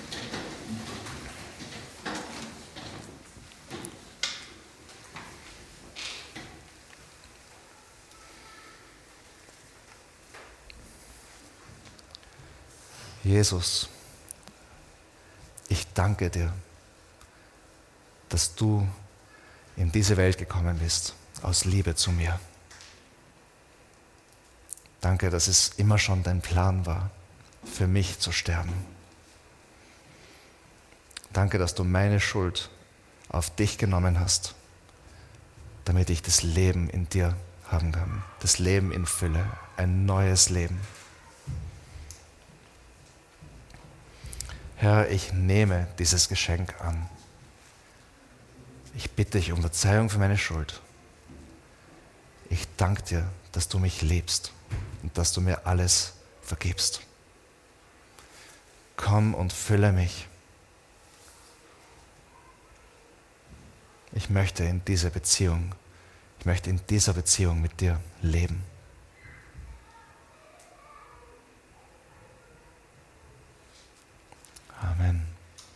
Jesus, ich danke dir, dass du in diese Welt gekommen bist, aus Liebe zu mir. Danke, dass es immer schon dein Plan war, für mich zu sterben. Danke, dass du meine Schuld auf dich genommen hast, damit ich das Leben in dir haben kann, das Leben in Fülle, ein neues Leben. Herr, ich nehme dieses Geschenk an. Ich bitte dich um Verzeihung für meine Schuld. Ich danke dir, dass du mich liebst und dass du mir alles vergibst. Komm und fülle mich. Ich möchte in dieser Beziehung, ich möchte in dieser Beziehung mit dir leben. Amen.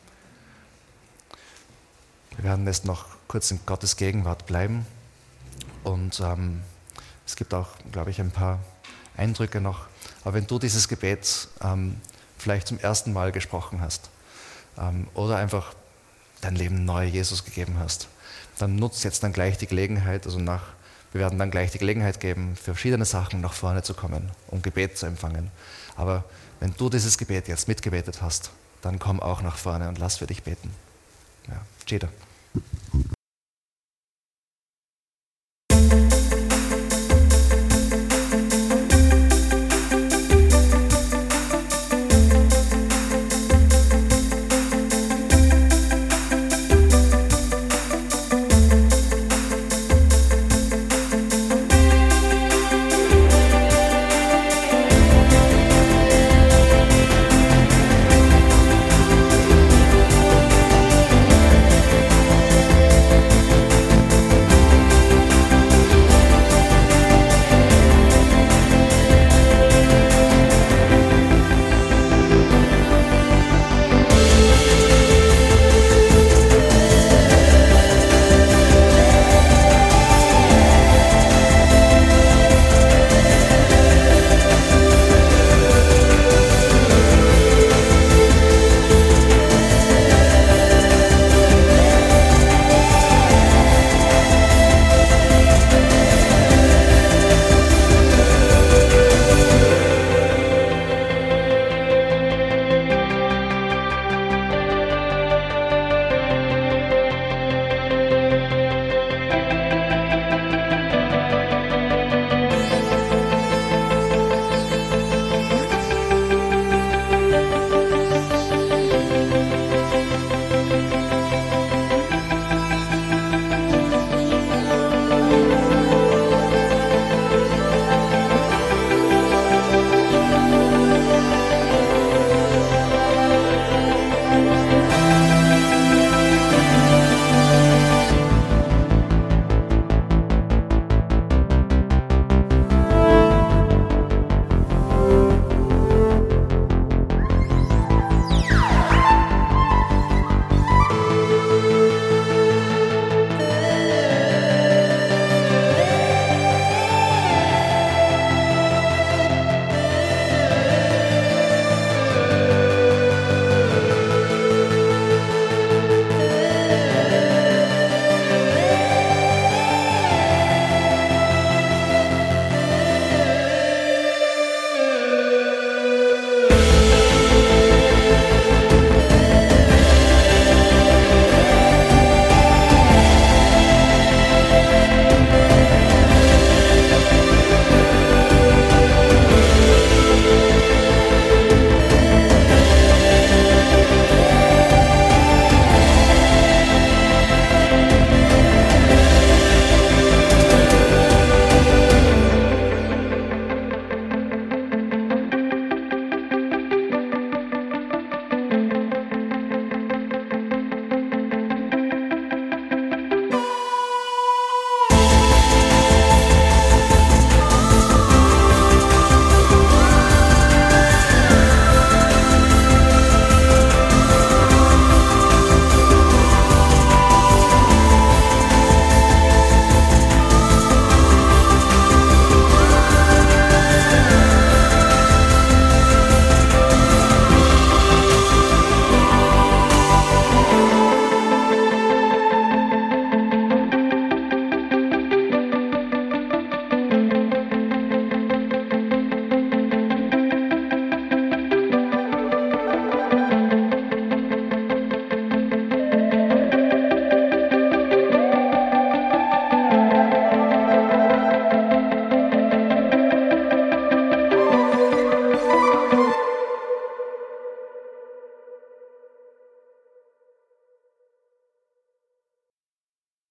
Wir werden jetzt noch kurz in Gottes Gegenwart bleiben und ähm, es gibt auch, glaube ich, ein paar Eindrücke noch. Aber wenn du dieses Gebet ähm, vielleicht zum ersten Mal gesprochen hast ähm, oder einfach dein Leben neu Jesus gegeben hast, dann nutzt jetzt dann gleich die Gelegenheit, also nach, wir werden dann gleich die Gelegenheit geben, für verschiedene Sachen nach vorne zu kommen, um Gebet zu empfangen. Aber wenn du dieses Gebet jetzt mitgebetet hast, dann komm auch nach vorne und lass für dich beten. Ja, Jeder.